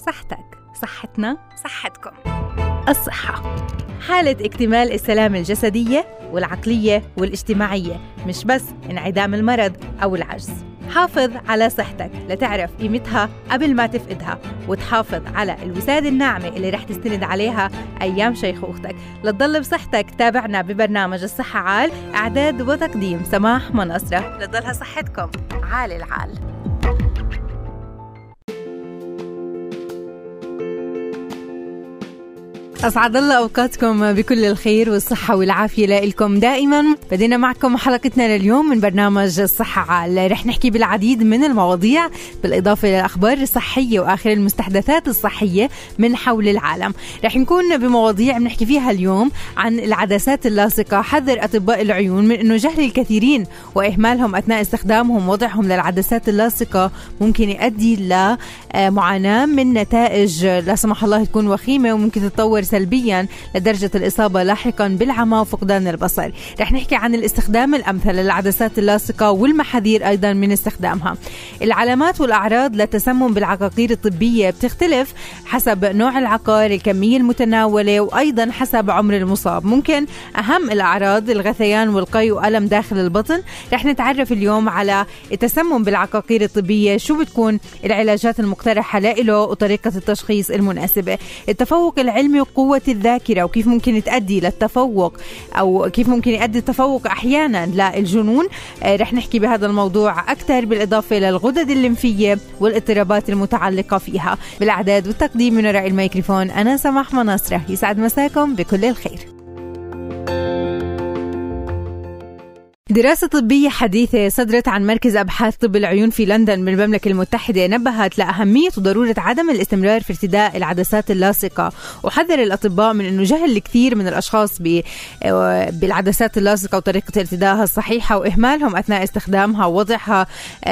صحتك، صحتنا، صحتكم. الصحة حالة اكتمال السلامة الجسدية والعقلية والاجتماعية، مش بس انعدام المرض أو العجز. حافظ على صحتك لتعرف قيمتها قبل ما تفقدها، وتحافظ على الوسادة الناعمة اللي رح تستند عليها أيام شيخوختك. لتضل بصحتك تابعنا ببرنامج الصحة عال، إعداد وتقديم سماح مناصرة. لتضلها صحتكم عال العال. أسعد الله أوقاتكم بكل الخير والصحة والعافية لكم دائما. بدينا معكم حلقتنا لليوم من برنامج الصحة عال. رح نحكي بالعديد من المواضيع بالإضافة للأخبار الصحية وآخر المستحدثات الصحية من حول العالم. رح نكون بمواضيع بنحكي فيها اليوم عن العدسات اللاصقة. حذر أطباء العيون من أنه جهل الكثيرين وإهمالهم أثناء استخدامهم وضعهم للعدسات اللاصقة ممكن يؤدي لمعاناة من نتائج لا سمح الله تكون وخيمة، وممكن تتطور سلبيا لدرجة الإصابة لاحقا بالعمى وفقدان البصر. رح نحكي عن الاستخدام الأمثل للعدسات اللاصقة والمحاذير أيضا من استخدامها. العلامات والأعراض للتسمم بالعقاقير الطبية بتختلف حسب نوع العقار، الكمية المتناولة، وأيضا حسب عمر المصاب. ممكن أهم الأعراض الغثيان والقي وألم داخل البطن. رح نتعرف اليوم على التسمم بالعقاقير الطبية، شو بتكون العلاجات المقترحة له وطريقة التشخيص المناسبة. التفوق العلمي وقوة الذاكرة وكيف ممكن تؤدي للتفوق أو كيف ممكن يؤدي التفوق أحيانا للجنون. رح نحكي بهذا الموضوع أكثر، بالإضافة للغدد الليمفية والاضطرابات المتعلقة فيها. بالإعداد والتقديم من وراء الميكروفون أنا سماح مناصرة. يسعد مساكم بكل الخير. دراسة طبية حديثة صدرت عن مركز أبحاث طب العيون في لندن بالمملكة المتحدة نبهت لأهمية وضرورة عدم الاستمرار في ارتداء العدسات اللاصقة، وحذر الأطباء من أنه جهل الكثير من الأشخاص بالعدسات اللاصقة وطريقة ارتدائها الصحيحة وإهمالهم أثناء استخدامها ووضعها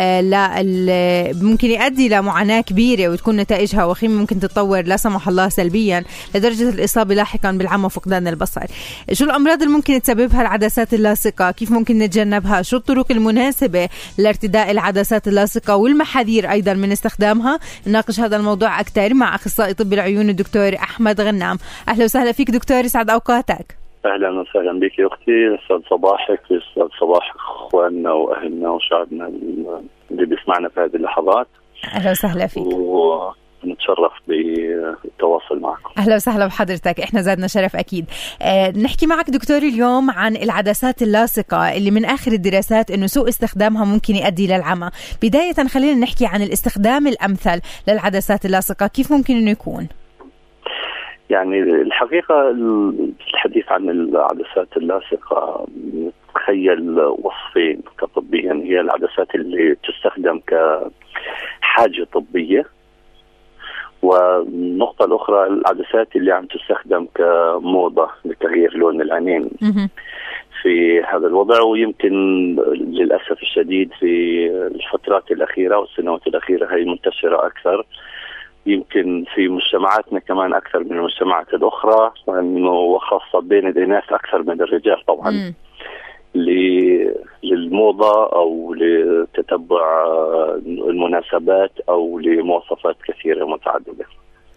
ممكن يؤدي لمعاناة كبيرة وتكون نتائجها وخيمة، ممكن تتطور لا سمح الله سلبيا لدرجة الإصابة لاحقا بالعمى وفقدان البصر. شو الأمراض اللي ممكن تسببها العدسات اللاصقة؟ كيف ممكن نتجنبها؟ شو الطرق المناسبة لارتداء العدسات اللاصقة والمحاذير أيضا من استخدامها؟ نناقش هذا الموضوع أكثر مع أخصائي طب العيون الدكتور أحمد غنام. أهلا وسهلا فيك دكتور، يسعد أوقاتك. أهلا وسهلا بك يا أختي، يسعد صباحك ويسعد صباح إخواننا وأهلنا وشعبنا اللي بيسمعنا في هذه اللحظات. أهلا وسهلا فيك، نتشرف بالتواصل معكم. أهلا وسهلا بحضرتك، إحنا زادنا شرف أكيد. نحكي معك دكتور اليوم عن العدسات اللاصقة اللي من آخر الدراسات إنه سوء استخدامها ممكن يؤدي للعمى. بداية خلينا نحكي عن الاستخدام الأمثل للعدسات اللاصقة، كيف ممكن إنه يكون؟ يعني الحقيقة الحديث عن العدسات اللاصقة نتخيل وصفين كطبيا، هي العدسات اللي تستخدم كحاجة طبية، والنقطة الأخرى العدسات اللي عم تستخدم كموضة لتغيير لون العينين في هذا الوضع. ويمكن للأسف الشديد في الفترات الأخيرة والسنوات الأخيرة هي منتشرة أكثر، يمكن في مجتمعاتنا كمان أكثر من المجتمعات الأخرى، وخاصة بين الإناث أكثر من الرجال طبعا، للموضة أو لتتبع المناسبات أو لمواصفات كثيرة متعددة.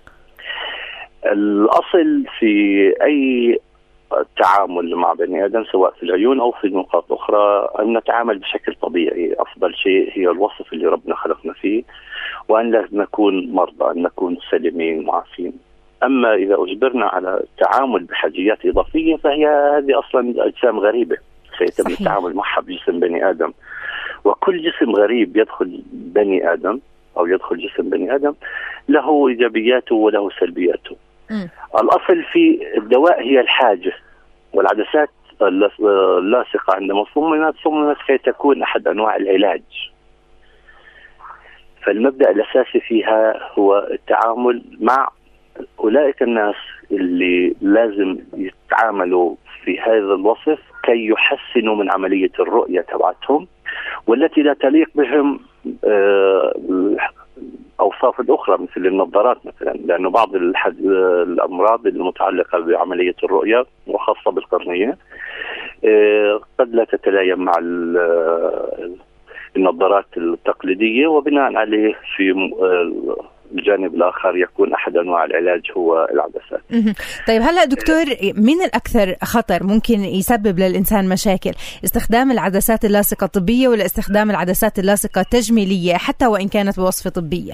الأصل في أي تعامل مع بني آدم سواء في العيون أو في نقاط أخرى أن نتعامل بشكل طبيعي. أفضل شيء هي الوصف اللي ربنا خلقنا فيه، وأن لا نكون مرضى، أن نكون سليمين معافين. أما إذا أجبرنا على التعامل بحاجيات إضافية فهي هذه أصلا أجسام غريبة سيتم التعامل معها بجسم بني آدم، وكل جسم غريب يدخل بني آدم أو يدخل جسم بني آدم له إيجابياته وله سلبياته. الأصل في الدواء هي الحاجة، والعدسات اللاصقة عندما صممت كي تكون أحد أنواع العلاج. فالمبدأ الأساسي فيها هو التعامل مع أولئك الناس اللي لازم يتعاملوا في هذا الوصف كي يحسنوا من عملية الرؤية تبعتهم، والتي لا تليق بهم الأوصاف الأخرى مثل النظارات مثلا، لأنه بعض الأمراض المتعلقة بعملية الرؤية وخاصة بالقرنية قد لا تتلائم مع النظارات التقليدية، وبناء عليه في الجانب الآخر يكون أحد أنواع العلاج هو العدسات. طيب هلأ دكتور، من الأكثر خطر ممكن يسبب للإنسان مشاكل؟ استخدام العدسات اللاصقة الطبية ولا استخدام العدسات اللاصقة التجميلية حتى وإن كانت بوصفة طبية؟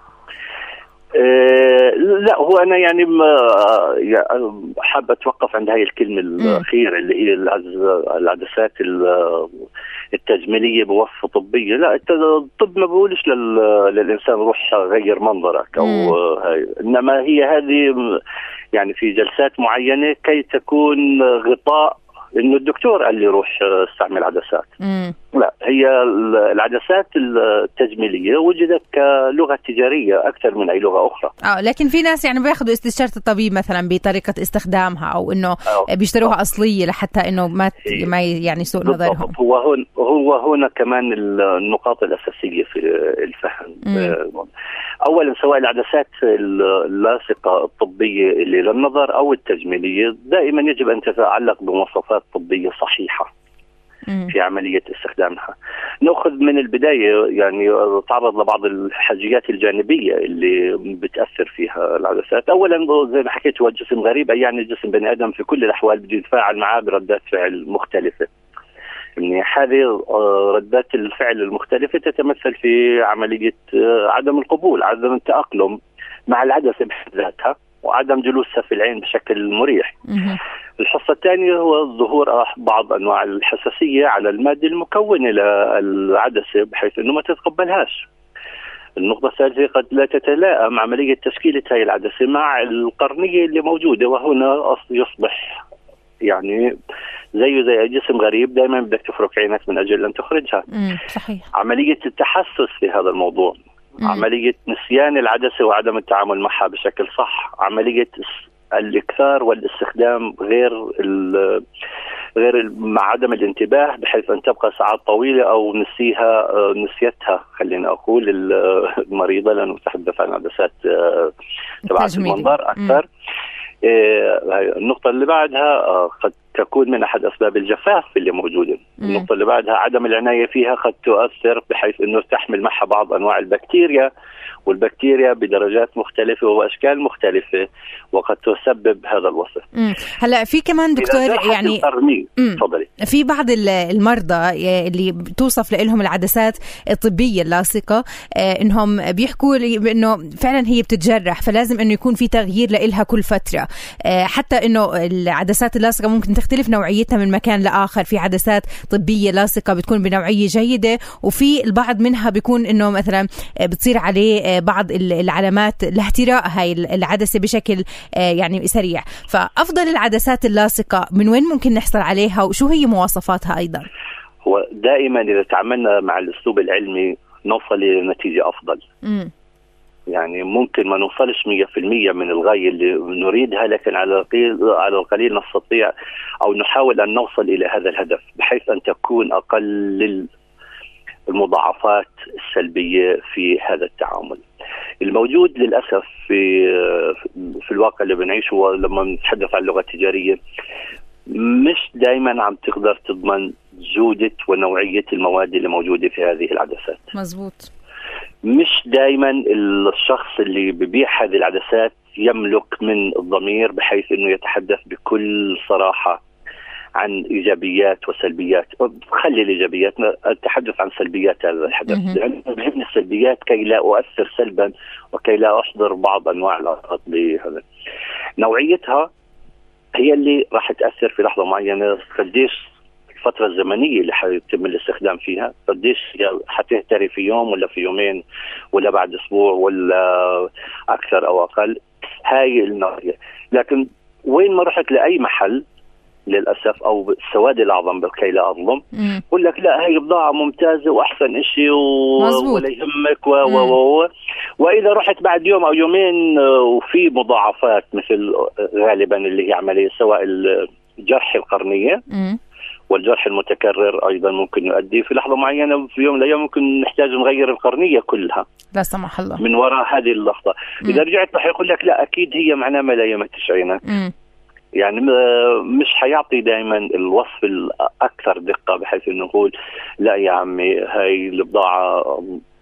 لا، هو أنا يعني حابة أتوقف عند هاي الكلمة الأخيرة اللي هي العدسات التجميلية بوصفة طبية. لا، الطب ما بقولش للإنسان روح غير منظرك أو هاي، إنما هي هذه يعني في جلسات معينة كي تكون غطاء إنه الدكتور قال لي روح استعمل عدسات. لا، هي العدسات التجميلية وجدت كلغة تجارية أكثر من أي لغة أخرى. لكن في ناس يعني بياخذوا استشارة الطبيب مثلا بطريقة استخدامها، أو إنه بيشتروها أصلية لحتى إنه ما يعني سوء نظرهم. هو هنا كمان النقاط الأساسية في الفهم. أولا، سواء العدسات اللاصقة الطبية اللي للنظر أو التجميلية، دائما يجب أن تتعلق بمواصفات طبية صحيحة في عملية استخدامها. نأخذ من البداية، يعني تعرض لبعض الحاجيات الجانبية اللي بتأثر فيها العدسات. أولا زي ما حكيت، هو الجسم غريب، يعني الجسم بني آدم في كل الأحوال بده يتفاعل معه بردات فعل مختلفة. يعني هذه ردات الفعل المختلفة تتمثل في عملية عدم القبول، عدم التأقلم مع العدسة بحد ذاتها، وعدم جلوسها في العين بشكل مريح. الحصة الثانية هو ظهور بعض أنواع الحساسية على المادة المكونة للعدسة بحيث أنه ما تتقبلهاش. النقطة الثالثة، قد لا تتلائم عملية تشكيلة هذه العدسة مع القرنية اللي موجودة، وهنا يصبح يعني زي جسم غريب، دائما بدك تفرك عينك من أجل أن تخرجها. صحيح. عملية التحسس في هذا الموضوع، عملية نسيان العدسة وعدم التعامل معها بشكل صح، عملية الإكثار والاستخدام غير مع عدم الانتباه بحيث أن تبقى ساعات طويلة أو نسيتها خلينا أقول المريضة، لأنه نتحدث عن عدسات تبعت المنظر أكثر. النقطة اللي بعدها قد تكون من أحد أسباب الجفاف اللي موجودة. النقطة اللي بعدها عدم العناية فيها قد تؤثر بحيث أنه تحمل معها بعض أنواع البكتيريا، والبكتيريا بدرجات مختلفة وأشكال مختلفة، وقد تسبب هذا الوصف. هلا في كمان دكتور يعني في بعض المرضى اللي بتوصف لهم العدسات الطبية اللاصقة إنهم بيحكوا إنه فعلا هي بتتجرح، فلازم إنه يكون في تغيير لإلها كل فترة. حتى إنه العدسات اللاصقة ممكن تختلف نوعيتها من مكان لآخر. في عدسات طبية لاصقة بتكون بنوعية جيدة، وفي البعض منها بيكون إنه مثلا بتصير عليه بعض العلامات لاهتراء هاي العدسة بشكل يعني سريع. فأفضل العدسات اللاصقة من وين ممكن نحصل عليها، وشو هي مواصفاتها أيضا؟ هو دائما إذا تعاملنا مع الأسلوب العلمي نوصل لنتيجة أفضل. يعني ممكن ما نوصلش 100% من الغاية اللي نريدها، لكن على القليل نستطيع أو نحاول أن نوصل إلى هذا الهدف بحيث أن تكون أقل المضاعفات السلبية في هذا التعامل. الموجود للأسف في الواقع اللي بنعيشه لما نتحدث عن اللغة التجارية، مش دائما عم تقدر تضمن جودة ونوعية المواد اللي موجودة في هذه العدسات. مزبوط. مش دائما الشخص اللي ببيع هذه العدسات يملك من الضمير بحيث انه يتحدث بكل صراحة عن إيجابيات وسلبيات. خلي الإيجابيات، التحدث عن سلبيات هذا الحدث، لأنه بهمني السلبيات كي لا أؤثر سلبا وكي لا أحضر بعض أنواع الأعراض لهذا. نوعيتها هي اللي راح تأثر في لحظة معينة، قديش الفترة الزمنية اللي حيتم الاستخدام فيها، قديش حتهتري في يوم ولا في يومين ولا بعد أسبوع ولا أكثر أو أقل، هاي النوعية. لكن وين ما رحت لأي محل للأسف أو السواد الأعظم بالكي لا أظلم، يقول لك لا هي بضاعة ممتازة وأحسن إشي ولا يهمك وإذا رحت بعد يوم أو يومين وفي مضاعفات مثل غالبا اللي هي عملية سواء الجرح القرنية والجرح المتكرر أيضا ممكن يؤدي في لحظة معينة في يوم من الأيام ممكن نحتاج نغير القرنية كلها لا سمح الله من وراء هذه اللحظة. إذا رجعت رح يقول لك لا أكيد هي معناها ما لا يمتش عينك. يعني مش حيعطي دائما الوصف الأكثر دقة بحيث إنه نقول لا يا عمي هاي البضاعة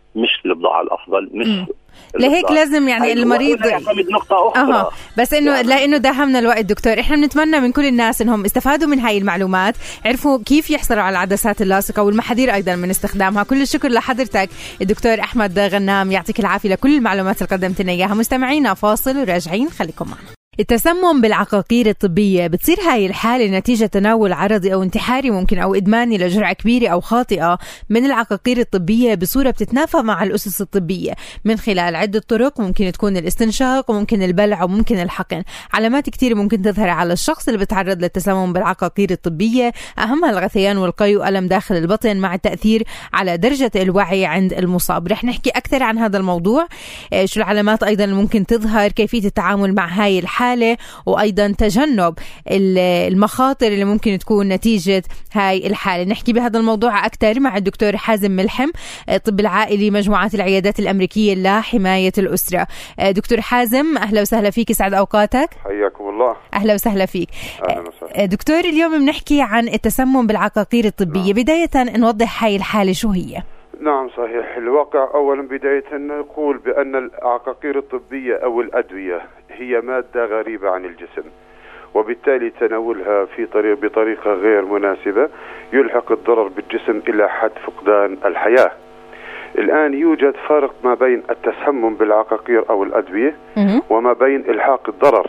مش البضاعة الأفضل، مش لهيك لازم يعني المريض يعتمد نقطة أخرى. بس إنه يعني لأنه داهمنا الوقت دكتور، إحنا بنتمنى من كل الناس إنهم استفادوا من هاي المعلومات، عرفوا كيف يحصلوا على العدسات اللاصقة والمحاذير أيضا من استخدامها. كل الشكر لحضرتك الدكتور أحمد غنام، يعطيك العافية لكل المعلومات اللي قدمت لنا إياها. مستمعينا فاصل وراجعين، خليكم معنا. التسمم بالعقاقير الطبية بتصير هاي الحالة نتيجة تناول عرضي أو انتحاري ممكن أو إدماني لجرعة كبيرة أو خاطئة من العقاقير الطبية بصورة بتتنافى مع الأسس الطبية من خلال عدة طرق. ممكن تكون الاستنشاق وممكن البلع وممكن الحقن. علامات كتير ممكن تظهر على الشخص اللي بتعرض للتسمم بالعقاقير الطبية، أهمها الغثيان والقي وألم داخل البطن مع التأثير على درجة الوعي عند المصاب. رح نحكي أكثر عن هذا الموضوع، شو العلامات أيضا ممكن تظهر، كيفية التعامل مع هاي الحالة، وأيضا تجنب المخاطر اللي ممكن تكون نتيجة هاي الحالة. نحكي بهذا الموضوع أكثر مع الدكتور حازم ملحم، طب العائلي مجموعات العيادات الأمريكية لحماية الأسرة. دكتور حازم أهلا وسهلا فيك، سعد أوقاتك. حياكم الله. أهلا وسهلا فيك. أهلا وسهلا. دكتور اليوم بنحكي عن التسمم بالعقاقير الطبية. بداية نوضح هاي الحالة شو هي. نعم صحيح. الواقع أولا بداية نقول بأن العقاقير الطبية أو الأدوية هي مادة غريبة عن الجسم، وبالتالي تناولها بطريقة غير مناسبة يلحق الضرر بالجسم إلى حد فقدان الحياة. الآن يوجد فرق ما بين التسمم بالعقاقير أو الأدوية وما بين إلحاق الضرر.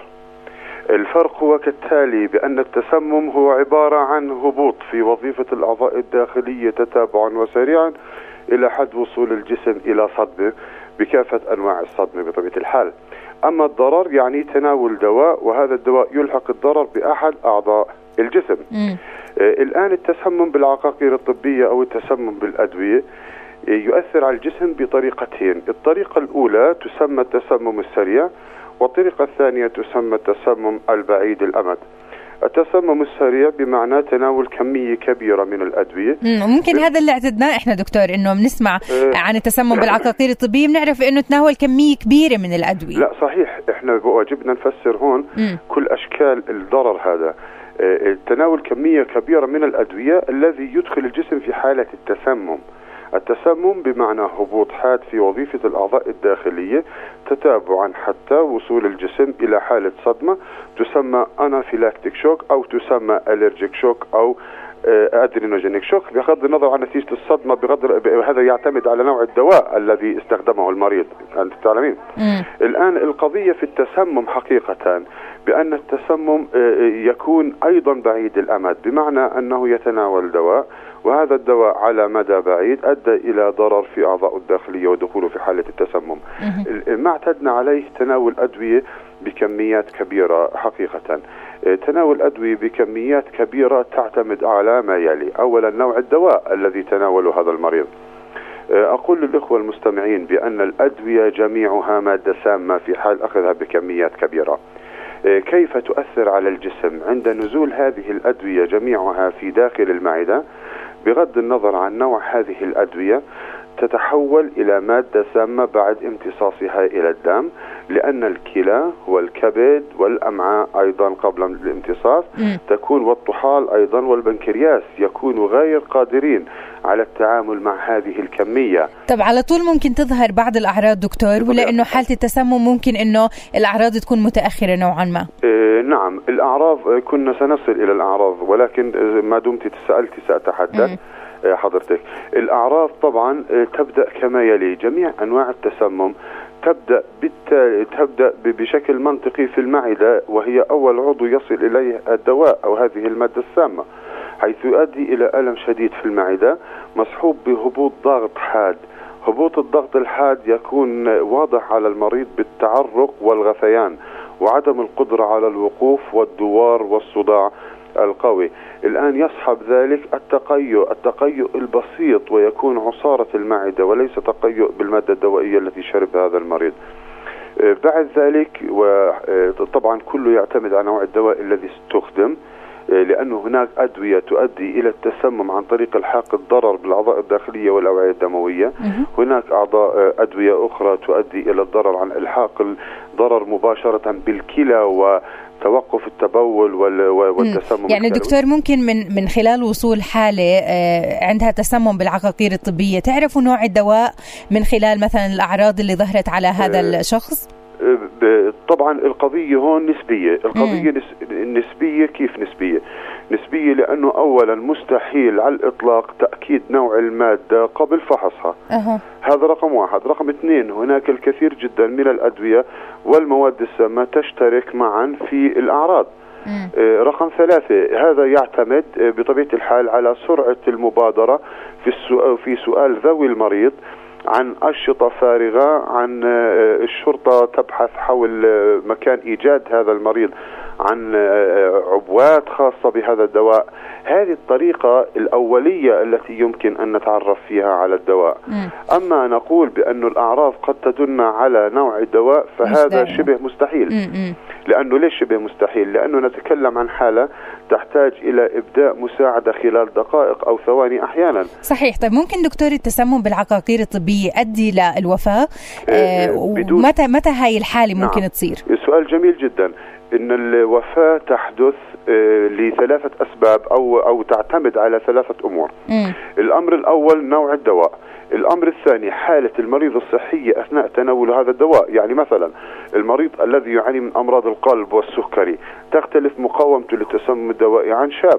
الفرق هو كالتالي، بأن التسمم هو عبارة عن هبوط في وظيفة الأعضاء الداخلية تتابعا وسريعا إلى حد وصول الجسم إلى صدمة بكافة أنواع الصدمة بطبيعة الحال. أما الضرر يعني تناول دواء، وهذا الدواء يلحق الضرر بأحد أعضاء الجسم. الآن التسمم بالعقاقير الطبية أو التسمم بالأدوية يؤثر على الجسم بطريقتين. الطريقة الأولى تسمى التسمم السريع، والطريقة الثانية تسمى التسمم البعيد الأمد. التسمم السريع بمعنى تناول كمية كبيرة من الأدوية. ممكن هذا اللي اعتدناه احنا دكتور، انه بنسمع عن التسمم بالعقاقير الطبية بنعرف انه تناول كمية كبيرة من الأدوية. لا صحيح، احنا واجبنا نفسر هون كل أشكال الضرر هذا. تناول كمية كبيرة من الأدوية الذي يدخل الجسم في حالة التسمم. التسمم بمعنى هبوط حاد في وظيفة الأعضاء الداخلية تتابعا حتى وصول الجسم إلى حالة صدمة تسمى أنافيلاكتيك شوك أو تسمى ألرجيك شوك أو أدرينوجينيك شوك، بغض النظر عن نتيجة الصدمة. هذا يعتمد على نوع الدواء الذي استخدمه المريض. أنت تعلمين. الآن القضية في التسمم حقيقة بأن التسمم يكون أيضا بعيد الأمد، بمعنى أنه يتناول دواء، وهذا الدواء على مدى بعيد أدى إلى ضرر في أعضاء الداخلية ودخوله في حالة التسمم. ما اعتدنا عليه تناول أدوية بكميات كبيرة حقيقة. تناول أدوية بكميات كبيرة تعتمد على ما يلي. أولا نوع الدواء الذي تناوله هذا المريض. أقول للإخوة المستمعين بأن الأدوية جميعها مادة سامة في حال أخذها بكميات كبيرة. كيف تؤثر على الجسم عند نزول هذه الأدوية جميعها في داخل المعدة؟ بغض النظر عن نوع هذه الأدوية تتحول إلى مادة سامة بعد امتصاصها إلى الدم، لأن الكلى والكبد والأمعاء أيضا قبل الامتصاص تكون، والطحال أيضا والبنكرياس يكونوا غير قادرين على التعامل مع هذه الكمية. طب على طول ممكن تظهر بعض الأعراض دكتور، ولا إنه حالة التسمم ممكن إنه الأعراض تكون متأخرة نوعا ما؟ نعم، الأعراض كنا سنصل إلى الأعراض، ولكن ما دمت سألتي سأتحدث. حضرتك الأعراض طبعا تبدأ كما يلي. جميع أنواع التسمم تبدأ بشكل منطقي في المعدة، وهي أول عضو يصل إليه الدواء أو هذه المادة السامة، حيث يؤدي إلى ألم شديد في المعدة مصحوب بهبوط ضغط حاد. هبوط الضغط الحاد يكون واضح على المريض بالتعرق والغثيان وعدم القدرة على الوقوف والدوار والصداع القوي. الآن يصحب ذلك التقيؤ البسيط، ويكون عصارة المعدة وليس تقيؤ بالمادة الدوائية التي شربها هذا المريض. بعد ذلك وطبعا كله يعتمد على نوع الدواء الذي استخدم، لأنه هناك أدوية تؤدي إلى التسمم عن طريق الحاق الضرر بالأعضاء الداخلية والأوعية الدموية. هناك أدوية أخرى تؤدي إلى الضرر عن إلحاق الضرر مباشرة بالكلى توقف التبول والتسمم. يعني دكتور ممكن من خلال وصول حالة عندها تسمم بالعقاقير الطبية تعرفوا نوع الدواء من خلال مثلا الأعراض اللي ظهرت على هذا الشخص؟ طبعا القضية هون نسبية. القضية نسبية. كيف نسبية؟ نسبية لأنه أولا مستحيل على الإطلاق تأكيد نوع المادة قبل فحصها. هذا رقم واحد. رقم اثنين، هناك الكثير جدا من الأدوية والمواد السامة تشترك معا في الأعراض. رقم ثلاثة، هذا يعتمد بطبيعة الحال على سرعة المبادرة في سؤال ذوي المريض عن أشرطة فارغة، عن الشرطة تبحث حول مكان إيجاد هذا المريض، عن عبوات خاصة بهذا الدواء. هذه الطريقة الأولية التي يمكن أن نتعرف فيها على الدواء. أما نقول بأن الأعراض قد تدل على نوع الدواء فهذا شبه مستحيل. لأنه ليش شبه مستحيل؟ لأنه نتكلم عن حالة تحتاج إلى إبداء مساعدة خلال دقائق أو ثواني أحيانا. صحيح. طيب ممكن دكتور التسمم بالعقاقير الطبية يؤدي للوفاة؟ متى هاي الحالة ممكن تصير؟ سؤال جميل جدا. إن الوفاة تحدث لثلاثة أسباب أو تعتمد على ثلاثة أمور. الأمر الأول نوع الدواء. الأمر الثاني حالة المريض الصحية أثناء تناول هذا الدواء. يعني مثلا المريض الذي يعاني من أمراض القلب والسكري تختلف مقاومته للتسمم الدوائي عن شاب،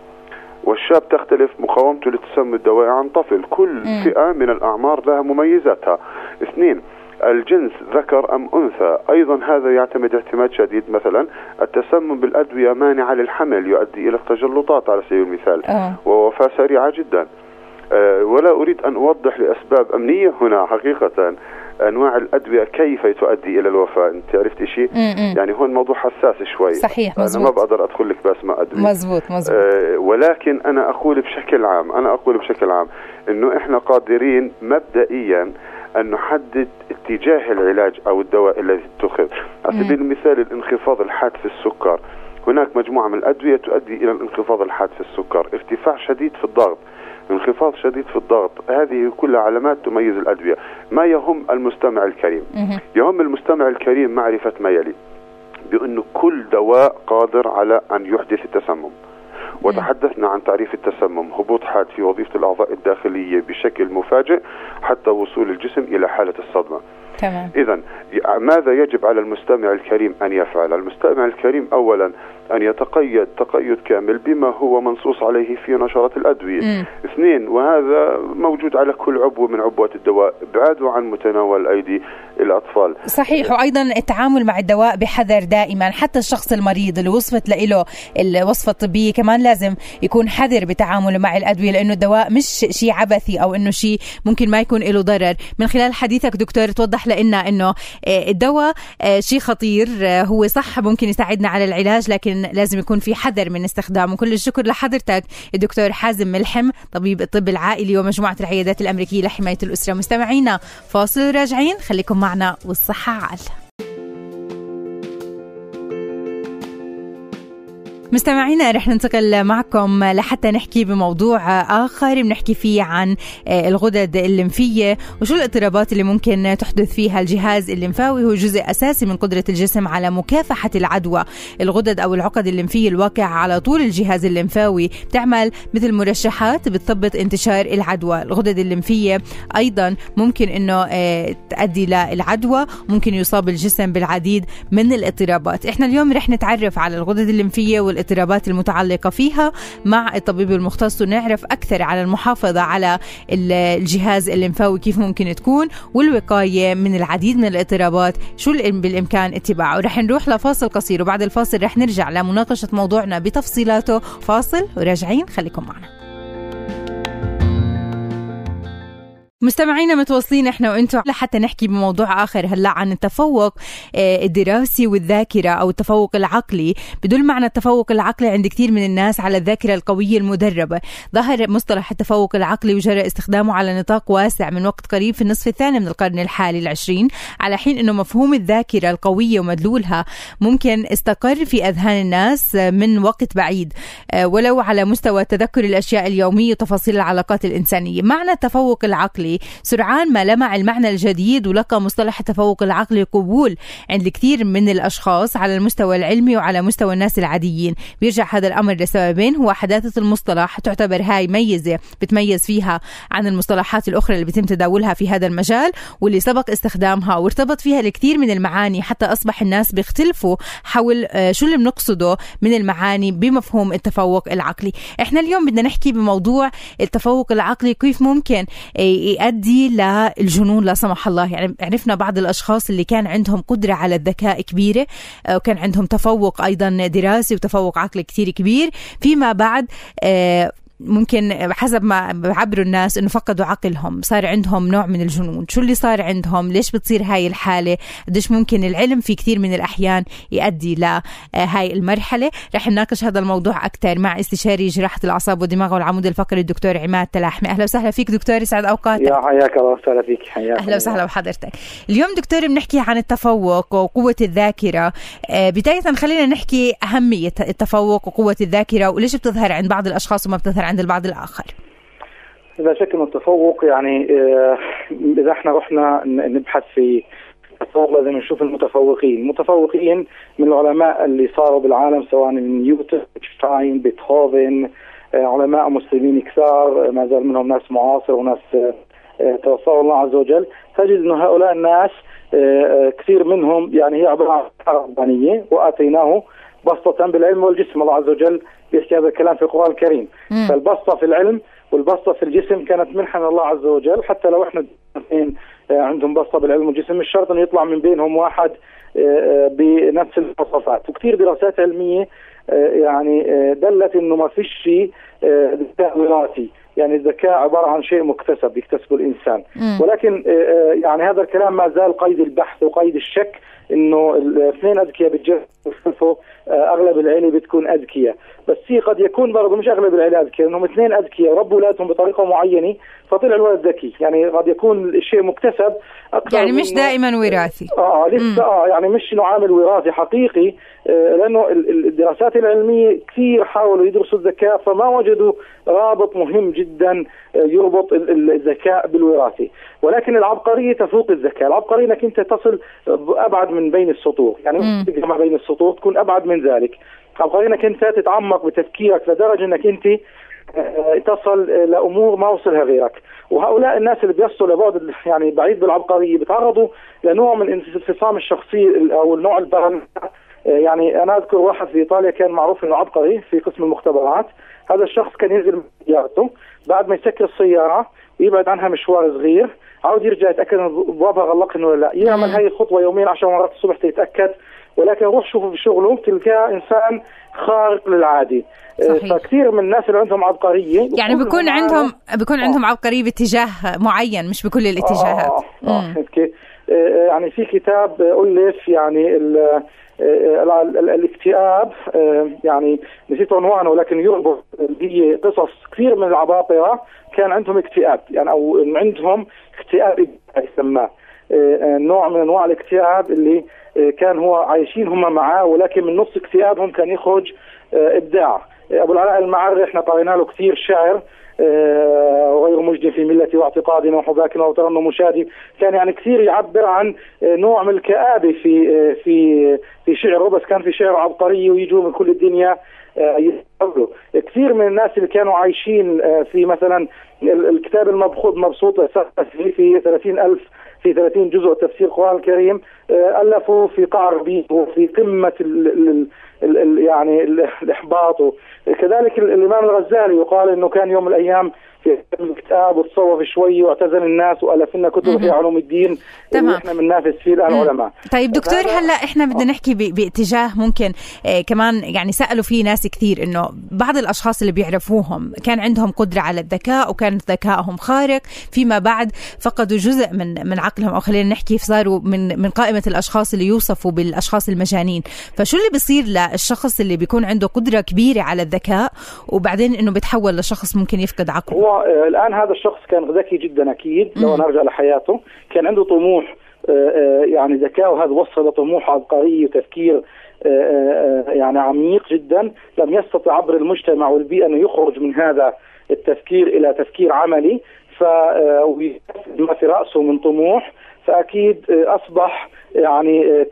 والشاب تختلف مقاومته للتسمم الدوائي عن طفل. كل فئة من الأعمار لها مميزاتها. اثنين، الجنس ذكر أم أنثى، أيضا هذا يعتمد اعتماد شديد. مثلا التسمم بالأدوية مانعة للحمل يؤدي إلى التجلطات على سبيل المثال ووفاة سريعة جدا. ولا أريد أن أوضح لأسباب أمنية هنا حقيقة أنواع الأدوية كيف تؤدي إلى الوفاة. أنت عرفت شيء؟ يعني هون موضوع حساس شوي. صحيح. مزبوط. أنا ما بقدر أدخل لك بأسماء أدوية. مزبوط. ولكن أنا أقول بشكل عام إنه إحنا قادرين مبدئيا أن نحدد اتجاه العلاج أو الدواء الذي اتخذ. على سبيل المثال الانخفاض الحاد في السكر، هناك مجموعة من الأدوية تؤدي إلى الانخفاض الحاد في السكر. ارتفاع شديد في الضغط، انخفاض شديد في الضغط، هذه كلها علامات تميز الأدوية. ما يهم المستمع الكريم، يهم المستمع الكريم معرفة ما يلي، بأنه كل دواء قادر على أن يحدث التسمم. وتحدثنا عن تعريف التسمم: هبوط حاد في وظيفة الأعضاء الداخلية بشكل مفاجئ حتى وصول الجسم إلى حالة الصدمة. تمام. إذن ماذا يجب على المستمع الكريم أن يفعل؟ المستمع الكريم أولا أن يتقيد تقيد كامل بما هو منصوص عليه في نشرات الأدوية. اثنين، وهذا موجود على كل عبوة من عبوات الدواء: ابعادوا عن متناول أيدي الأطفال. صحيح. وأيضا التعامل مع الدواء بحذر دائما. حتى الشخص المريض اللي وصفت له الوصفة الطبية كمان لازم يكون حذر بتعامله مع الأدوية، لأنه الدواء مش شيء عبثي أو إنه شيء ممكن ما يكون له ضرر. من خلال حديثك دكتور توضح لنا إنه الدواء شيء خطير، هو صح ممكن يساعدنا على العلاج لكن لازم يكون في حذر من استخدامه. كل الشكر لحضرتك الدكتور حازم ملحم، طبيب الطب العائلي ومجموعة العيادات الأمريكية لحماية الأسرة. مستمعينا فاصل راجعين، خليكم معنا والصحة عال. مستمعينا رح ننتقل معكم لحتى نحكي بموضوع آخر، بنحكي فيه عن الغدد الليمفية وشو الاضطرابات اللي ممكن تحدث فيها الجهاز الليمفاوي. هو جزء أساسي من قدرة الجسم على مكافحة العدوى. الغدد أو العقد الليمفية الواقعة على طول الجهاز الليمفاوي بتعمل مثل مرشحات بتثبط انتشار العدوى. الغدد الليمفية أيضا ممكن إنه تؤدي للعدوى، ممكن يصاب الجسم بالعديد من الاضطرابات. إحنا اليوم رح نتعرف على الغدد الليمفية والاضطرابات المتعلقة فيها مع الطبيب المختص، ونعرف أكثر على المحافظة على الجهاز الليمفاوي كيف ممكن تكون، والوقاية من العديد من الاضطرابات شو بالإمكان اتباعه. رح نروح لفاصل قصير وبعد الفاصل رح نرجع لمناقشة موضوعنا بتفصيلاته. فاصل وراجعين، خليكم معنا. مستمعينا متواصلين احنا وانتم لحتى نحكي بموضوع آخر هلا عن التفوق الدراسي والذاكرة أو التفوق العقلي. بدل معنى التفوق العقلي عند كثير من الناس على الذاكرة القوية المدربة. ظهر مصطلح التفوق العقلي وجرى استخدامه على نطاق واسع من وقت قريب في النصف الثاني من القرن الحالي ال20، على حين انه مفهوم الذاكرة القوية ومدلولها ممكن استقر في أذهان الناس من وقت بعيد، ولو على مستوى تذكر الأشياء اليومية وتفاصيل العلاقات الإنسانية. معنى التفوق العقلي العقلي سرعان ما لمع المعنى الجديد، ولقى مصطلح التفوق العقلي قبول عند الكثير من الأشخاص على المستوى العلمي وعلى مستوى الناس العاديين. بيرجع هذا الأمر لسببين: هو حداثة المصطلح، تعتبر هاي ميزة بتميز فيها عن المصطلحات الأخرى اللي بيتم تداولها في هذا المجال واللي سبق استخدامها وارتبط فيها الكثير من المعاني، حتى أصبح الناس بيختلفوا حول شو اللي بنقصده من المعاني بمفهوم التفوق العقلي. احنا اليوم بدنا نحكي بموضوع التفوق العقلي، كيف ممكن يؤدي للجنون لا سمح الله. يعني عرفنا بعض الأشخاص اللي كان عندهم قدرة على الذكاء كبيرة، وكان عندهم تفوق أيضا دراسي وتفوق عقلي كتير كبير، فيما بعد ممكن حسب ما بعبروا الناس انه فقدوا عقلهم، صار عندهم نوع من الجنون. شو اللي صار عندهم؟ ليش بتصير هاي الحالة؟ قديش ممكن العلم في كثير من الأحيان يؤدي لهاي المرحلة؟ رح نناقش هذا الموضوع أكثر مع استشاري جراحة الأعصاب والدماغ والعمود الفقري الدكتور عماد تلاحمي. أهلا وسهلا فيك دكتور، يسعد أوقاتك. يا حياك الله وسهلا فيك. أهلا وسهلا بحضرتك. اليوم دكتور بنحكي عن التفوق وقوة الذاكرة. بداية خلينا نحكي أهمية التفوق وقوة الذاكرة، وليش بتظهر عند بعض الأشخاص وما بتظهر عند البعض الآخر. لا شك أن التفوق يعني إذا احنا رحنا نبحث في التفوق لازم نشوف المتفوقين من العلماء اللي صاروا بالعالم، سواء من نيوتن، اينشتاين، بيتهوفن، علماء مسلمين كثار، ما زال منهم ناس معاصر وناس توفاه الله عز وجل. تجد أن هؤلاء الناس كثير منهم يعني هي عبارة عن ربانية، وآتيناه بسطة بالعلم والجسم. الله عز وجل بيحكي هذا الكلام في القرآن الكريم. فالبسطة في العلم والبسطة في الجسم كانت منحة من الله عز وجل. حتى لو احنا عندهم بسطة بالعلم والجسم مش شرط انه يطلع من بينهم واحد بنفس المواصفات. وكثير دراسات علمية يعني دلت انه ما فيش شيء ذكاء وراثي، يعني الذكاء عبارة عن شيء مكتسب يكتسبه الإنسان. ولكن يعني هذا الكلام ما زال قيد البحث وقيد الشك، انه الاثنين اذكياء بالجسم، اغلب العيله بتكون اذكياء، بس هي قد يكون برضه مش اغلب العيله اذكياء، انهم اثنين اذكياء وربوا اولادهم بطريقه معينه فطلع الولد ذكي. يعني قد يكون الشيء مكتسب اكثر، يعني مش دائما وراثي. لسه يعني مش انه عامل وراثي حقيقي، لانه الدراسات العلميه كثير حاولوا يدرسوا الذكاء فما وجدوا رابط مهم جدا يربط الذكاء بالوراثي. ولكن العبقريه تفوق الذكاء. العبقريه انك انت تصل ابعد من بين السطور، يعني تجمع بين السطور تكون ابعد من ذلك. العبقريه انك انت تتعمق بتفكيرك لدرجه انك انت تصل لامور ما وصلها غيرك. وهؤلاء الناس اللي بيصلوا لبعد يعني بعيد بالعبقريه بيتعرضوا لنوع من انفصام الشخصيه او النوع البرمجي. يعني انا اذكر واحد في ايطاليا كان معروف انه عبقري في قسم المختبرات. هذا الشخص كان ينزل من سيارته بعد ما يسكر السياره ويبعد عنها مشوار صغير، عاوز يرجع يتاكد ان بابها غلقن ولا لا، يعمل هاي الخطوه يومين 10 مرات الصبح تتاكد. ولكن روح شوفه في شغله تلقاه انسان خارق للعادي. فكثير من الناس اللي عندهم عبقريه يعني بيكون عندهم عبقريه باتجاه معين، مش بكل الاتجاهات. يعني في كتاب ألف يعني الاكتئاب، يعني نسيت عنوانه ولكن يربط هي قصص كثير من العباقرة كان عندهم اكتئاب، يعني أو عندهم اكتئاب يسمى نوع من أنواع الاكتئاب اللي كان هو عايشين هم معاه، ولكن من نص اكتئابهم كان يخرج إبداع. أبو العلاء المعري احنا قرينا له كثير شعر، وغير مجد في ملتي واعتقادنا وحباكنا وترنم مشادي، كان يعني كثير يعبر عن نوع من الكآبة في شعره، بس كان في شعر عبقري ويجوا من كل الدنيا يستقبلوا. كثير من الناس اللي كانوا عايشين في مثلا الكتاب المبسوط في 30,000 في 30 جزء تفسير القرآن الكريم، ألفوا في قعر ربيع وفي قمة يعني الإحباط. كذلك الإمام الغزالي يقال إنه كان يوم من الأيام في الكتاب وتصوف شوي واعتزل الناس وألف لنا كتب في علوم الدين اللي احنا بننافس فيه الآن العلماء. طيب دكتور، هلا احنا بدنا نحكي باتجاه ممكن كمان يعني سألوا فيه ناس كثير انه بعض الاشخاص اللي بيعرفوهم كان عندهم قدرة على الذكاء وكان ذكائهم خارق، فيما بعد فقدوا جزء من عقلهم، او خلينا نحكي صاروا من قائمة الاشخاص اللي يوصفوا بالاشخاص المجانين. فشو اللي بيصير للشخص اللي بيكون عنده قدرة كبيرة على الذكاء وبعدين انه بيتحول لشخص ممكن يفقد عقله؟ الآن هذا الشخص كان ذكي جدا أكيد. لو نرجع لحياته كان عنده طموح، يعني ذكاء، وهذا وصل لطموح عبقري وتفكير يعني عميق جدا. لم يستطع عبر المجتمع والبيئة أنه يخرج من هذا التفكير إلى تفكير عملي، ما في رأسه من طموح، فأكيد أصبح يعني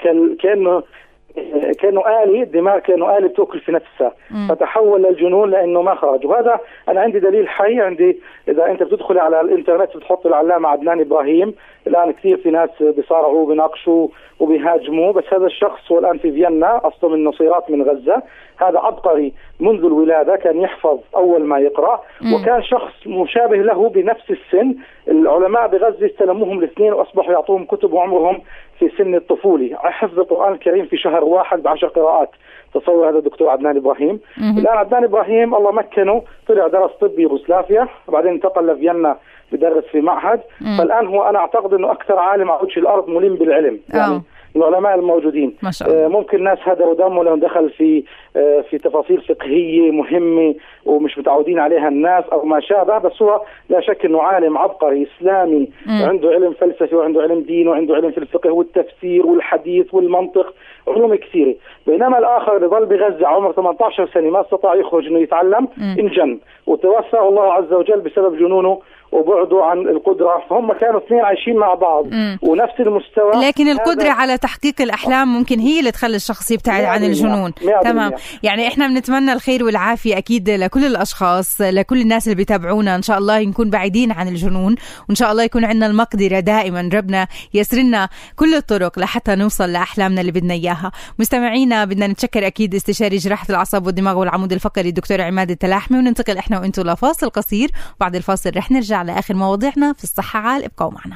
كأنه آلي، الدماغ كأنه آلي بتأكل في نفسها، فتحول للجنون لأنه ما خرج. وهذا أنا عندي دليل حي، عندي إذا أنت بتدخل على الإنترنت بتحط العلامة عدنان إبراهيم، الآن كثير في ناس بيصارعوا وبيناقشوا وبيهاجموا، بس هذا الشخص هو الآن في فيينا، أصله من نصيرات من غزة، هذا عبقري منذ الولادة، كان يحفظ أول ما يقرأ، وكان شخص مشابه له بنفس السن. العلماء بغزة استلموهم الاثنين وأصبحوا يعطوهم كتب وعمرهم في سن الطفولة، حفظ القرآن الكريم في شهر واحد ب10 قراءات. تصور هذا الدكتور عدنان إبراهيم. الآن عدنان إبراهيم الله مكنه، طلع درس طب يوغوسلافيا، وبعدين انتقل لفيينا بدرس في معهد. فالآن هو أنا أعتقد أنه أكثر عالم على وجه الأرض ملم بالعلم، يعني العلماء الموجودين. ما شاء الله. ممكن ناس هدروا دمه لو دخل في تفاصيل فقهية مهمة ومش متعودين عليها الناس أو ما شابه، بس هو لا شك أنه عالم عبقري إسلامي، عنده علم فلسفي وعنده علم دين وعنده علم في الفقه والتفسير والحديث والمنطق، علوم كثيرة. بينما الآخر اللي ظل بغزة عمره 18 سنة ما استطاع يخرج إنه يتعلم، انجن وتوفاه الله عز وجل بسبب جنونه وبعدوا عن القدرة. فهم كانوا اثنين عايشين مع بعض ونفس المستوى، لكن القدرة على تحقيق الأحلام ممكن هي اللي تخلي الشخص يبتعد عن الجنون. تمام. يعني احنا بنتمنى الخير والعافية أكيد لكل الأشخاص، لكل الناس اللي بيتابعونا، إن شاء الله نكون بعيدين عن الجنون، وإن شاء الله يكون عندنا المقدرة دائما، ربنا يسرنا كل الطرق لحتى نوصل لأحلامنا اللي بدنا إياها. مستمعينا بدنا نتشكر أكيد استشاري جراحة الأعصاب والدماغ والعمود الفقري الدكتور عماد التلاحمي، وننتقل إحنا وإنتوا لفاصل قصير، وبعد الفاصل رح نرجع لآخر مواضيعنا في الصحة عال. ابقوا معنا.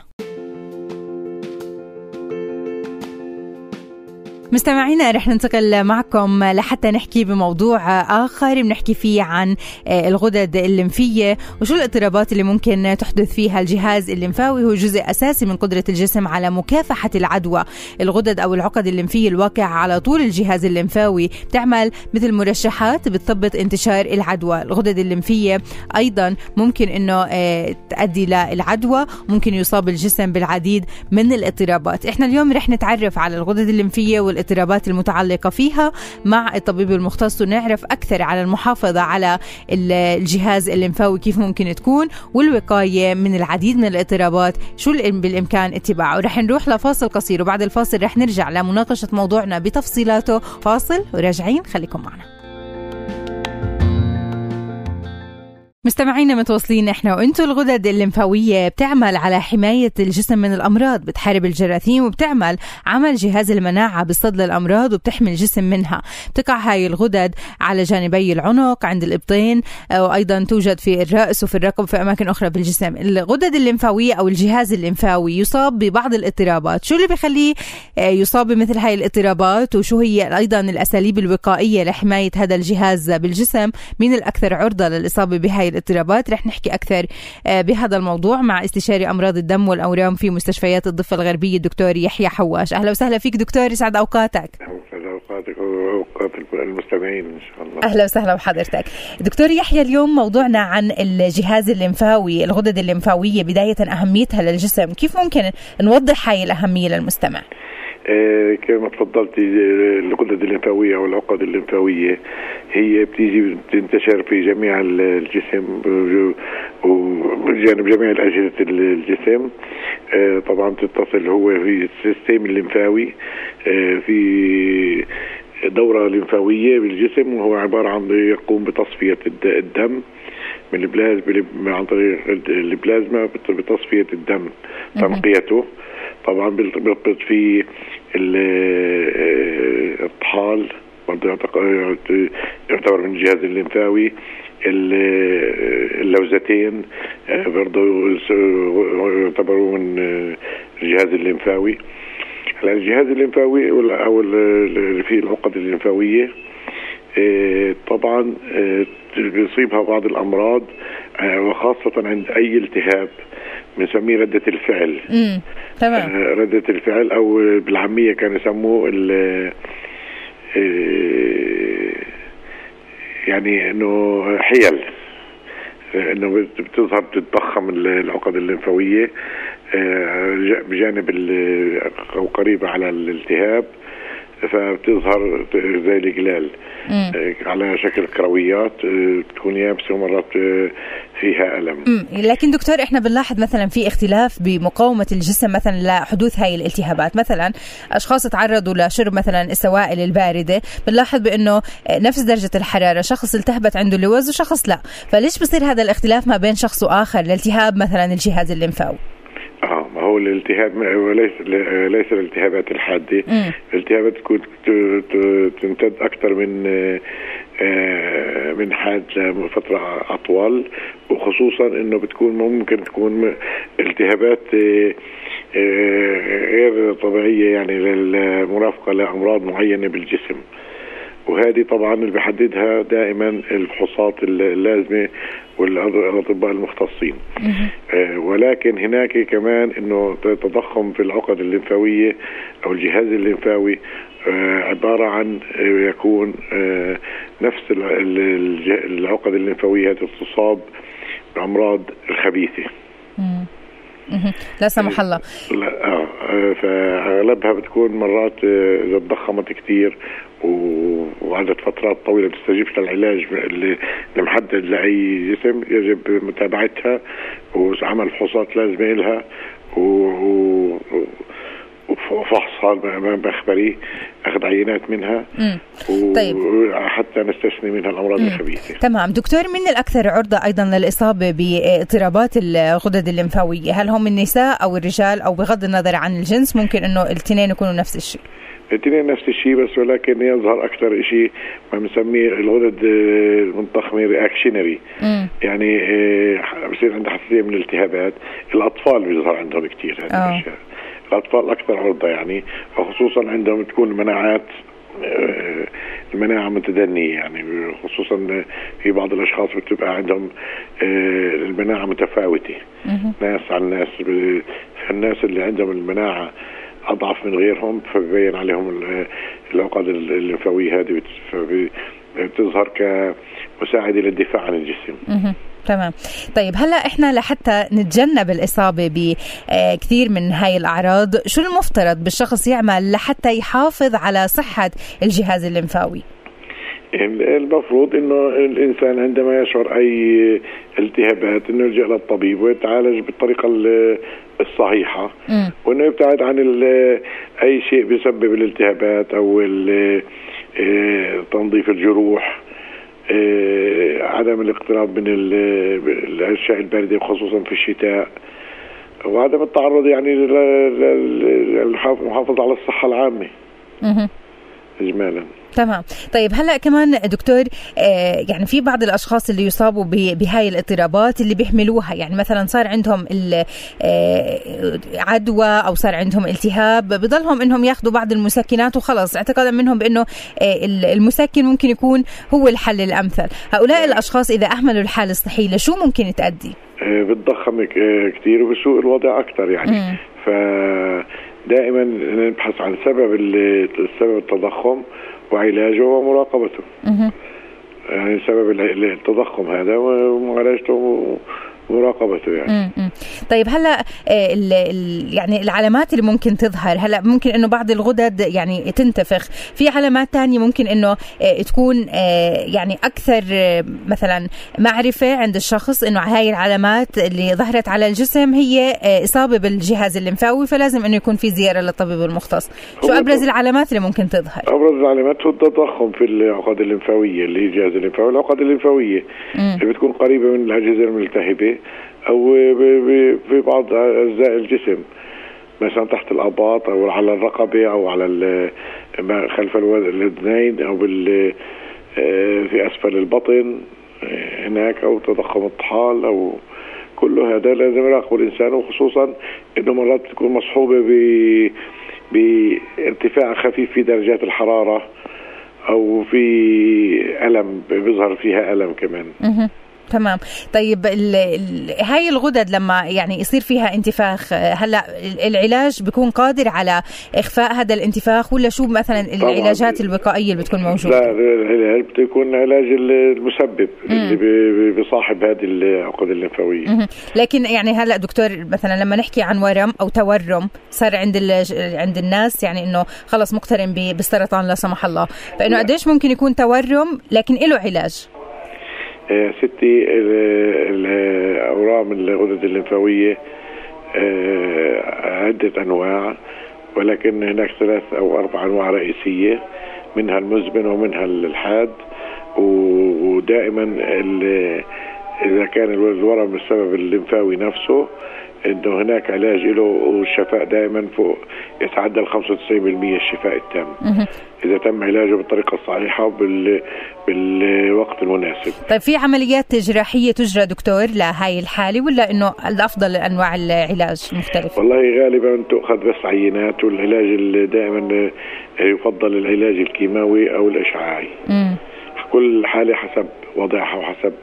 مستمعينا رح ننتقل معكم لحتى نحكي بموضوع آخر بنحكي فيه عن الغدد الليمفية وشو الاضطرابات اللي ممكن تحدث فيها الجهاز الليمفاوي. هو جزء أساسي من قدرة الجسم على مكافحة العدوى. الغدد أو العقد الليمفية الواقعة على طول الجهاز الليمفاوي بتعمل مثل مرشحات بتثبط انتشار العدوى. الغدد الليمفية أيضا ممكن إنه تؤدي للعدوى، ممكن يصاب الجسم بالعديد من الاضطرابات. إحنا اليوم رح نتعرف على الغدد الليمفية والاضطرابات المتعلقة فيها مع الطبيب المختص، ونعرف أكثر على المحافظة على الجهاز الليمفاوي كيف ممكن تكون، والوقاية من العديد من الاضطرابات شو بالإمكان اتباعه. رح نروح لفاصل قصير، وبعد الفاصل رح نرجع لمناقشة موضوعنا بتفصيلاته. فاصل وراجعين، خليكم معنا. مستمعينا متواصلين احنا وانتو. الغدد الليمفاوية بتعمل على حماية الجسم من الأمراض، بتحارب الجراثيم وبتعمل عمل جهاز المناعة بالصد للأمراض وبتحمي الجسم منها. بتقع هاي الغدد على جانبي العنق، عند الإبطين، وأيضا توجد في الرأس وفي الرقبة وفي أماكن أخرى بالجسم. الغدد الليمفاوية أو الجهاز الليمفاوي يصاب ببعض الاضطرابات. شو اللي بيخليه يصاب بمثل هاي الاضطرابات، وشو هي أيضا الأساليب الوقائية لحماية هذا الجهاز بالجسم؟ مين الأكثر عرضة للإصابة بهاي الاضطرابات؟ رح نحكي أكثر بهذا الموضوع مع استشاري أمراض الدم والأورام في مستشفيات الضفة الغربية الدكتور يحيى حواش. أهلا وسهلا فيك دكتور، يسعد أوقاتك. أهلا أوقاتك وأوقات المستمعين إن شاء الله. أهلا وسهلا بحضرتك دكتور يحيى. اليوم موضوعنا عن الجهاز الليمفاوي، الغدد الليمفاوية، بداية أهميتها للجسم، كيف ممكن نوضح هاي الأهمية للمستمع؟ كما تفضلتي، الغدد الليمفاوية أو العقد الليمفاوية هي بتيجي تنتشر في جميع الجسم وبجانب جميع الأجهزة الجسم. طبعا تتصل هو في السيستم الليمفاوي، في دورة ليمفاوية بالجسم، وهو عبارة عن يقوم بتصفية الدم من البلازما عن طريق البلازما بتصفية الدم، تنقيته. طبعا بيربط في الطحال، برضه يعتبر من الجهاز الليمفاوي. اللوزتين برضه يعتبروا من الجهاز الليمفاوي. الجهاز الليمفاوي أو في العقد الليمفاوية طبعا بيصيبها بعض الأمراض، وخاصة عند أي التهاب بنسميه ردة الفعل. تمام. ردة الفعل أو بالعامية كانوا يسموه يعني إنه حيل، إنه بتظهر بتتضخم العقد الليمفاوية بجانب أو قريبة على الالتهاب، فبتظهر زي الجلال على شكل كرويات، تكون يابسة ومرات فيها ألم. لكن دكتور احنا بنلاحظ مثلا في اختلاف بمقاومة الجسم مثلا لحدوث هاي الالتهابات. مثلا اشخاص تعرضوا لشرب مثلا السوائل الباردة بنلاحظ بانه نفس درجة الحرارة، شخص التهبت عنده اللوز وشخص لا. فليش بصير هذا الاختلاف ما بين شخص واخر لالتهاب مثلا الجهاز الليمفاوي؟ ما هو الالتهاب ليس الالتهابات الحادة. الالتهابات تكون تمتد أكثر من حاد لفترة أطول، وخصوصا إنه بتكون ممكن تكون التهابات غير طبيعية، يعني للمرافقة لأمراض معينة بالجسم. وهذه طبعا اللي بيحددها دائما الفحوصات اللازمة والأطباء المختصين. ولكن هناك كمان انه تضخم في العقد الليمفاوية او الجهاز الليمفاوي عبارة عن يكون نفس العقد الليمفاوية تصاب بأمراض الخبيثة. لا سمح الله. فأغلبها بتكون مرات إذا تضخمت كتير وعدد فترات طويلة تستجيبش للعلاج اللي محدد لأي جسم، يجب متابعتها وعمل فحوصات لازمة لها وفحصها مخبري، أخذ عينات منها طيب. وحتى نستثني منها الأمراض الخبيثة. تمام دكتور، من الأكثر عرضة أيضا للإصابة باضطرابات الغدد الليمفاوية؟ هل هم النساء أو الرجال أو بغض النظر عن الجنس ممكن أنه الاثنين يكونوا نفس الشيء؟ الاثنين نفس الشيء، بس ولكن يظهر أكثر شيء ما بنسميه الغدد المنتخمة رياكشنري. يعني بصير عنده حساسية من الالتهابات. الأطفال بيظهر عندهم كتير هذه الأشياء. الأطفال أكثر عرضة يعني، وخصوصا عندهم تكون المناعة متدنية، يعني خصوصا في بعض الأشخاص بتبقى عندهم المناعة متفاوتة ناس عن ناس. الناس اللي عندهم المناعة أضعف من غيرهم فبيبين عليهم العقد الليمفاوية هذه بتظهر كمساعدة للدفاع عن الجسم. تمام. طيب هلا احنا لحتى نتجنب الإصابة بكثير من هاي الأعراض شو المفترض بالشخص يعمل لحتى يحافظ على صحة الجهاز الليمفاوي؟ المفروض انه الانسان عندما يشعر اي التهابات انه يلجأ للطبيب ويتعالج بالطريقة الصحيحة، وانه يبتعد عن اي شيء بيسبب الالتهابات او تنظيف الجروح، عدم الاقتراب من الاشياء الباردة خصوصا في الشتاء، وعدم التعرض يعني المحافظة على الصحة العامة إجمالا. تمام. طيب هلأ كمان دكتور يعني في بعض الأشخاص اللي يصابوا بهاي الاضطرابات اللي بيحملوها، يعني مثلا صار عندهم عدوى أو صار عندهم التهاب، بضلهم إنهم ياخدوا بعض المسكنات وخلص اعتقادا منهم بأنه المسكن ممكن يكون هو الحل الأمثل. هؤلاء الأشخاص إذا أهملوا الحالة الصحية لشو ممكن تؤدي؟ بتضخم كتير وبسوء الوضع أكتر يعني. فدائما نبحث عن سبب التضخم وعلاجه ومراقبته. يعني سبب التضخم هذا ومعالجته ومراقبته يعني. طيب هلا يعني العلامات اللي ممكن تظهر، هلا ممكن انه بعض الغدد يعني تنتفخ، في علامات تانية ممكن انه تكون يعني اكثر مثلا معرفة عند الشخص انه هاي العلامات اللي ظهرت على الجسم هي اصابة بالجهاز الليمفاوي، فلازم انه يكون في زيارة للطبيب المختص. شو ابرز العلامات اللي ممكن تظهر؟ ابرز العلامات هو التضخم في العقد الليمفاوية اللي هي الجهاز الليمفاوي. العقد الليمفاوية اللي بتكون قريبة من الأجهزة الملتهبة أو في بعض أجزاء الجسم، مثلا تحت الأباط أو على الرقبة أو على خلف الأذنين أو في أسفل البطن هناك، أو تضخم الطحال، أو كل هذا لازم يراقبه الإنسان، وخصوصا إنه مرات تكون مصحوبة بارتفاع خفيف في درجات الحرارة أو في ألم، بيظهر فيها ألم كمان. تمام. طيب هاي الغدد لما يعني يصير فيها انتفاخ، هلا العلاج بيكون قادر على إخفاء هذا الانتفاخ ولا شو مثلا العلاجات الوقائية اللي بتكون موجودة؟ لا، العلاج بتكون علاج المسبب اللي بيصاحب هذه العقد الليمفاوية. لكن يعني هلا دكتور مثلا لما نحكي عن ورم أو تورم صار عند الناس، يعني إنه خلص مقترن بالسرطان لا سمح الله، فإنه قديش ممكن يكون تورم لكن له علاج؟ ستي الأورام الغدد الليمفاوية عدة أنواع، ولكن هناك 3 أو 4 أنواع رئيسية، منها المزمن ومنها الحاد. ودائما إذا كان الورم السبب الليمفاوي نفسه إنه هناك علاج له، والشفاء دائما فوق يتعدى 95% الشفاء التام إذا تم علاجه بالطريقة الصحيحة بالوقت المناسب. طيب في عمليات جراحية تجرى دكتور لهاي الحالة، ولا إنه الأفضل أنواع العلاج مختلفة؟ والله غالبا تأخذ بس عينات، والعلاج اللي دائما يفضل العلاج الكيماوي أو الإشعاعي. كل حالة حسب وضعها وحسب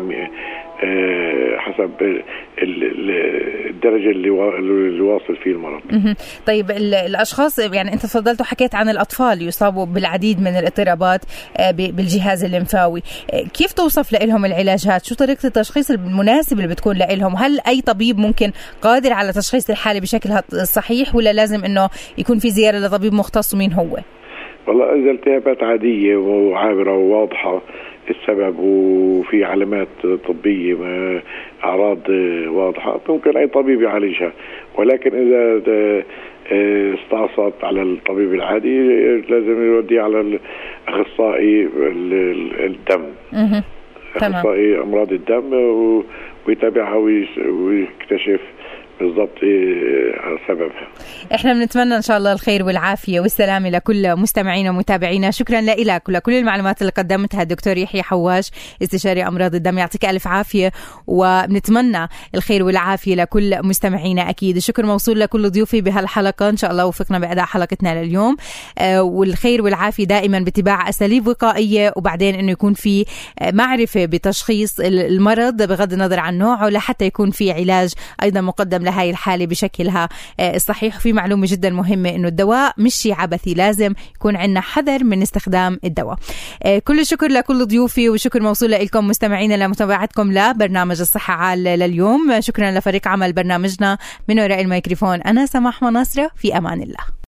حسب الدرجة اللي واصل فيه المرض. طيب الأشخاص، يعني أنت تفضلت وحكيت عن الأطفال يصابوا بالعديد من الاضطرابات بالجهاز الليمفاوي، كيف توصف لهم العلاجات؟ شو طريقة التشخيص المناسب اللي بتكون لهم؟ هل أي طبيب ممكن قادر على تشخيص الحالة بشكل صحيح، ولا لازم إنه يكون في زيارة لطبيب مختص؟ ومين هو؟ والله إذا التهابات عادية وعابرة وواضحة السبب وفي علامات طبية أعراض واضحة ممكن أي طبيب يعالجها، ولكن إذا استعصت على الطبيب العادي لازم يوديه على الأخصائي الدم، أخصائي أمراض الدم، ويتابعها ويكتشف بالضبط سببها. احنا بنتمنى ان شاء الله الخير والعافيه والسلامه لكل مستمعينا ومتابعينا. شكرا لك ولكل المعلومات اللي قدمتها الدكتور يحيى حواش، استشاري امراض الدم. يعطيك الف عافيه، وبنتمنى الخير والعافيه لكل مستمعينا اكيد. الشكر موصول لكل ضيوفي بهالحلقه، ان شاء الله وفقنا باداء حلقتنا لليوم، والخير والعافيه دائما باتباع اساليب وقائيه، وبعدين انه يكون في معرفه بتشخيص المرض بغض النظر عن نوعه، لحتى يكون في علاج ايضا مقدم لهاي الحالة بشكلها الصحيح. في معلومة جدا مهمة إنه الدواء مش شيء عبثي، لازم يكون عندنا حذر من استخدام الدواء. كل الشكر لكل ضيوفي، وشكر موصول لكم مستمعينا لمتابعتكم لبرنامج الصحة عال لليوم. شكرا لفريق عمل برنامجنا، من وراء الميكروفون أنا سماح مناصرة، في أمان الله.